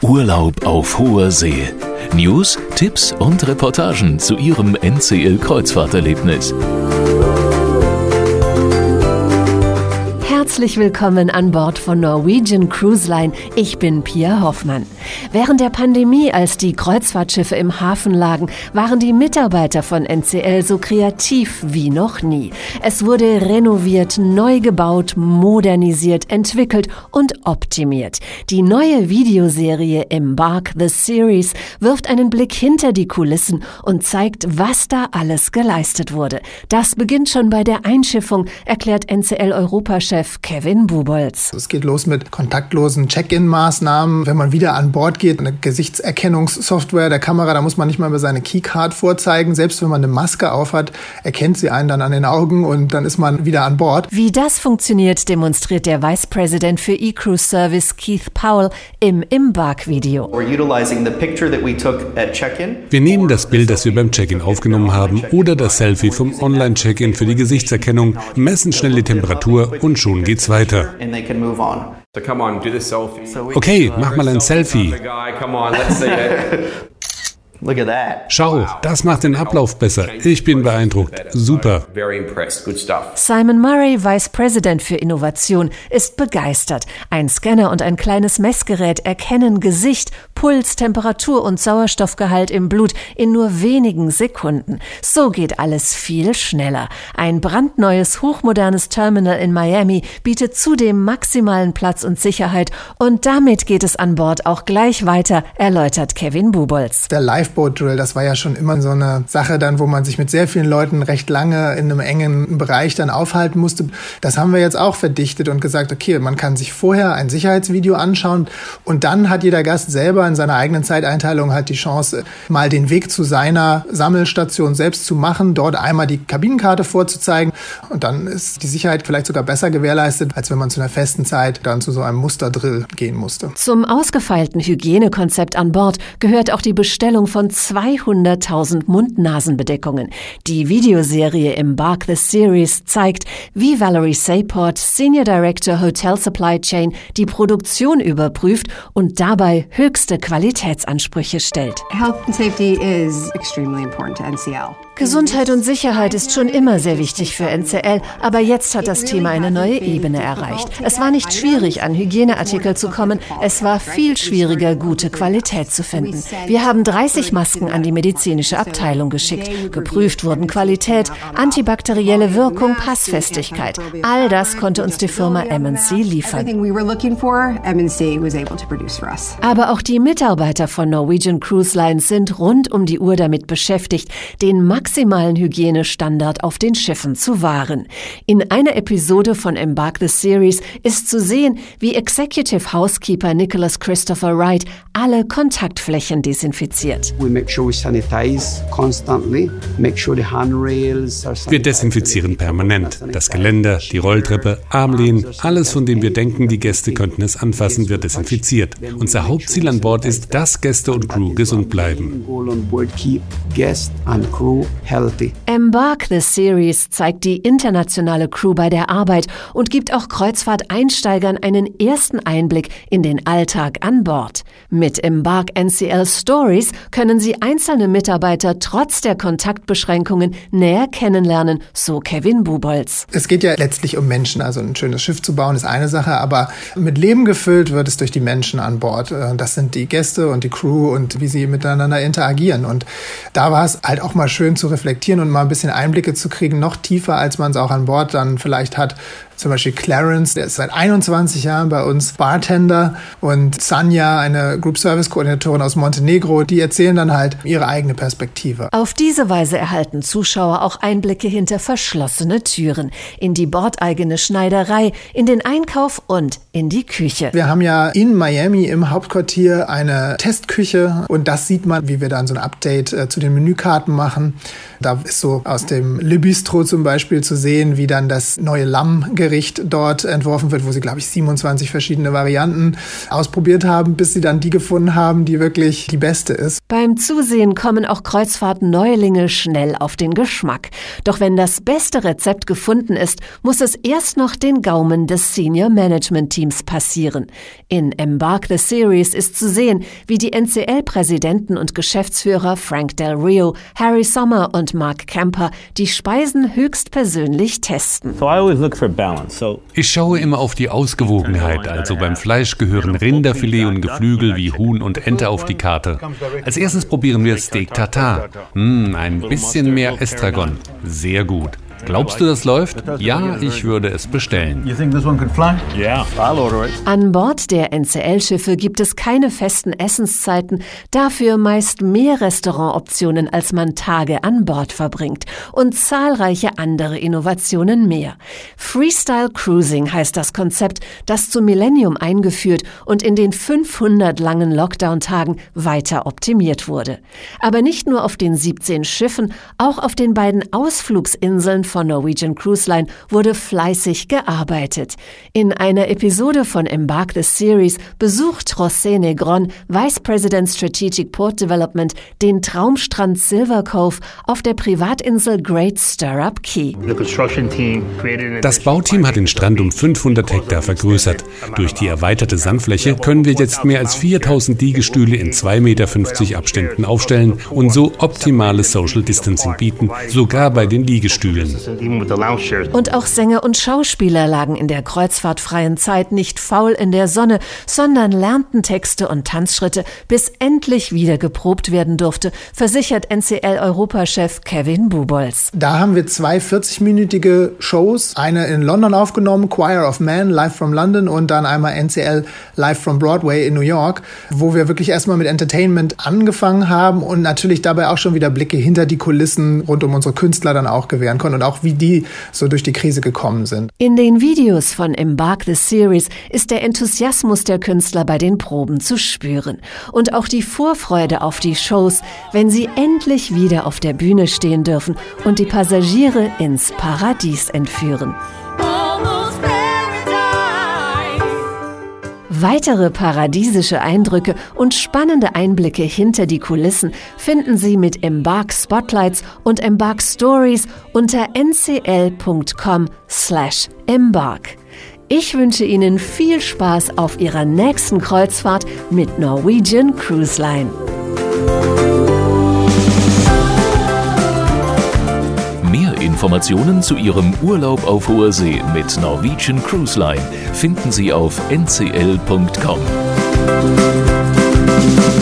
Urlaub auf hoher See. News, Tipps und Reportagen zu Ihrem NCL-Kreuzfahrterlebnis. Herzlich willkommen an Bord von Norwegian Cruise Line. Ich bin Pia Hoffmann. Während der Pandemie, als die Kreuzfahrtschiffe im Hafen lagen, waren die Mitarbeiter von NCL so kreativ wie noch nie. Es wurde renoviert, neu gebaut, modernisiert, entwickelt und optimiert. Die neue Videoserie Embark the Series wirft einen Blick hinter die Kulissen und zeigt, was da alles geleistet wurde. Das beginnt schon bei der Einschiffung, erklärt NCL-Europachef Kevin Bubolz. Es geht los mit kontaktlosen Check-in-Maßnahmen. Wenn man wieder an Bord geht, eine Gesichtserkennungssoftware der Kamera, da muss man nicht mal mehr seine Keycard vorzeigen. Selbst wenn man eine Maske aufhat, erkennt sie einen dann an den Augen und dann ist man wieder an Bord. Wie das funktioniert, demonstriert der Vice President für eCruise Service Keith Powell im Embark-Video. Wir nehmen das Bild, das wir beim Check-in aufgenommen haben, oder das Selfie vom Online-Check-in für die Gesichtserkennung, messen schnell die Temperatur und schon geht's weiter. Okay, mach mal ein Selfie. Schau, das macht den Ablauf besser. Ich bin beeindruckt. Super. Simon Murray, Vice President für Innovation, ist begeistert. Ein Scanner und ein kleines Messgerät erkennen Gesicht, Puls, Temperatur und Sauerstoffgehalt im Blut in nur wenigen Sekunden. So geht alles viel schneller. Ein brandneues, hochmodernes Terminal in Miami bietet zudem maximalen Platz und Sicherheit. Und damit geht es an Bord auch gleich weiter, erläutert Kevin Bubolz. Der Lifeboat Drill, das war ja schon immer so eine Sache dann, wo man sich mit sehr vielen Leuten recht lange in einem engen Bereich dann aufhalten musste. Das haben wir jetzt auch verdichtet und gesagt, okay, man kann sich vorher ein Sicherheitsvideo anschauen und dann hat jeder Gast selber in seiner eigenen Zeiteinteilung halt die Chance, mal den Weg zu seiner Sammelstation selbst zu machen, dort einmal die Kabinenkarte vorzuzeigen und dann ist die Sicherheit vielleicht sogar besser gewährleistet, als wenn man zu einer festen Zeit dann zu so einem Musterdrill gehen musste. Zum ausgefeilten Hygienekonzept an Bord gehört auch die Bestellung von 200.000 Mund-Nasen-Bedeckungen. Die Videoserie Embark the Series zeigt, wie Valerie Sayport, Senior Director Hotel Supply Chain, die Produktion überprüft und dabei höchste Qualitätsansprüche stellt. Health and safety is extremely important to NCL. Gesundheit und Sicherheit ist schon immer sehr wichtig für NCL, aber jetzt hat das Thema eine neue Ebene erreicht. Es war nicht schwierig, an Hygieneartikel zu kommen, es war viel schwieriger, gute Qualität zu finden. Wir haben 30 Masken an die medizinische Abteilung geschickt. Geprüft wurden Qualität, antibakterielle Wirkung, Passfestigkeit. All das konnte uns die Firma MNC liefern. Aber auch die Mitarbeiter von Norwegian Cruise Line sind rund um die Uhr damit beschäftigt, den maximalen Hygienestandard auf den Schiffen zu wahren. In einer Episode von Embark the Series ist zu sehen, wie Executive Housekeeper Nicholas Christopher Wright alle Kontaktflächen desinfiziert. Wir desinfizieren permanent. Das Geländer, die Rolltreppe, Armlehnen, alles, von dem wir denken, die Gäste könnten es anfassen, wird desinfiziert. Unser Hauptziel an Bord ist, dass Gäste und Crew gesund bleiben. Embark the Series zeigt die internationale Crew bei der Arbeit und gibt auch Kreuzfahrt-Einsteigern einen ersten Einblick in den Alltag an Bord. Mit Embark NCL Stories können sie einzelne Mitarbeiter trotz der Kontaktbeschränkungen näher kennenlernen, so Kevin Bubolz. Es geht ja letztlich um Menschen, also ein schönes Schiff zu bauen ist eine Sache, aber mit Leben gefüllt wird es durch die Menschen an Bord. Das sind die Gäste und die Crew und wie sie miteinander interagieren und da war es halt auch mal schön zu reflektieren und mal ein bisschen Einblicke zu kriegen, noch tiefer, als man es auch an Bord dann vielleicht hat. Zum Beispiel Clarence, der ist seit 21 Jahren bei uns Bartender und Sanja, eine Group Service Koordinatorin aus Montenegro, die erzählen dann halt ihre eigene Perspektive. Auf diese Weise erhalten Zuschauer auch Einblicke hinter verschlossene Türen, in die bordeigene Schneiderei, in den Einkauf und in die Küche. Wir haben ja in Miami im Hauptquartier eine Testküche und das sieht man, wie wir dann so ein Update zu den Menükarten machen. Da ist so aus dem Le Bistro zum Beispiel zu sehen, wie dann das neue Lammgericht dort entworfen wird, wo sie, glaube ich, 27 verschiedene Varianten ausprobiert haben, bis sie dann die gefunden haben, die wirklich die beste ist. Beim Zusehen kommen auch Kreuzfahrt-Neulinge schnell auf den Geschmack. Doch wenn das beste Rezept gefunden ist, muss es erst noch den Gaumen des Senior-Management-Teams passieren. In Embark the Series ist zu sehen, wie die NCL-Präsidenten und Geschäftsführer Frank Del Rio, Harry Sommer und Mark Kemper die Speisen höchstpersönlich testen. Ich schaue immer auf die Ausgewogenheit, also beim Fleisch gehören Rinderfilet und Geflügel wie Huhn und Ente auf die Karte. Als erstes probieren wir Steak Tartare. Ein bisschen mehr Estragon. Sehr gut. Glaubst du, das läuft? Ja, ich würde es bestellen. An Bord der NCL-Schiffe gibt es keine festen Essenszeiten, dafür meist mehr Restaurantoptionen, als man Tage an Bord verbringt und zahlreiche andere Innovationen mehr. Freestyle Cruising heißt das Konzept, das zum Millennium eingeführt und in den 500 langen Lockdown-Tagen weiter optimiert wurde. Aber nicht nur auf den 17 Schiffen, auch auf den beiden Ausflugsinseln von Norwegian Cruise Line wurde fleißig gearbeitet. In einer Episode von Embark the Series besucht José Negron, Vice President Strategic Port Development, den Traumstrand Silver Cove auf der Privatinsel Great Stirrup Cay. Das Bauteam hat den Strand um 500 Hektar vergrößert. Durch die erweiterte Sandfläche können wir jetzt mehr als 4000 Liegestühle in 2,50 Meter Abständen aufstellen und so optimales Social Distancing bieten, sogar bei den Liegestühlen. Und auch Sänger und Schauspieler lagen in der kreuzfahrtfreien Zeit nicht faul in der Sonne, sondern lernten Texte und Tanzschritte, bis endlich wieder geprobt werden durfte, versichert NCL-Europachef Kevin Bubolz. Da haben wir 2 40-minütige Shows, eine in London aufgenommen, Choir of Man, live from London, und dann einmal NCL live from Broadway in New York, wo wir wirklich erstmal mit Entertainment angefangen haben und natürlich dabei auch schon wieder Blicke hinter die Kulissen rund um unsere Künstler dann auch gewähren konnten und auch wie die so durch die Krise gekommen sind. In den Videos von Embark the Series ist der Enthusiasmus der Künstler bei den Proben zu spüren. Und auch die Vorfreude auf die Shows, wenn sie endlich wieder auf der Bühne stehen dürfen und die Passagiere ins Paradies entführen. Weitere paradiesische Eindrücke und spannende Einblicke hinter die Kulissen finden Sie mit Embark Spotlights und Embark Stories unter ncl.com/embark. Ich wünsche Ihnen viel Spaß auf Ihrer nächsten Kreuzfahrt mit Norwegian Cruise Line. Mehr Informationen zu Ihrem Urlaub auf hoher See mit Norwegian Cruise Line finden Sie auf ncl.com.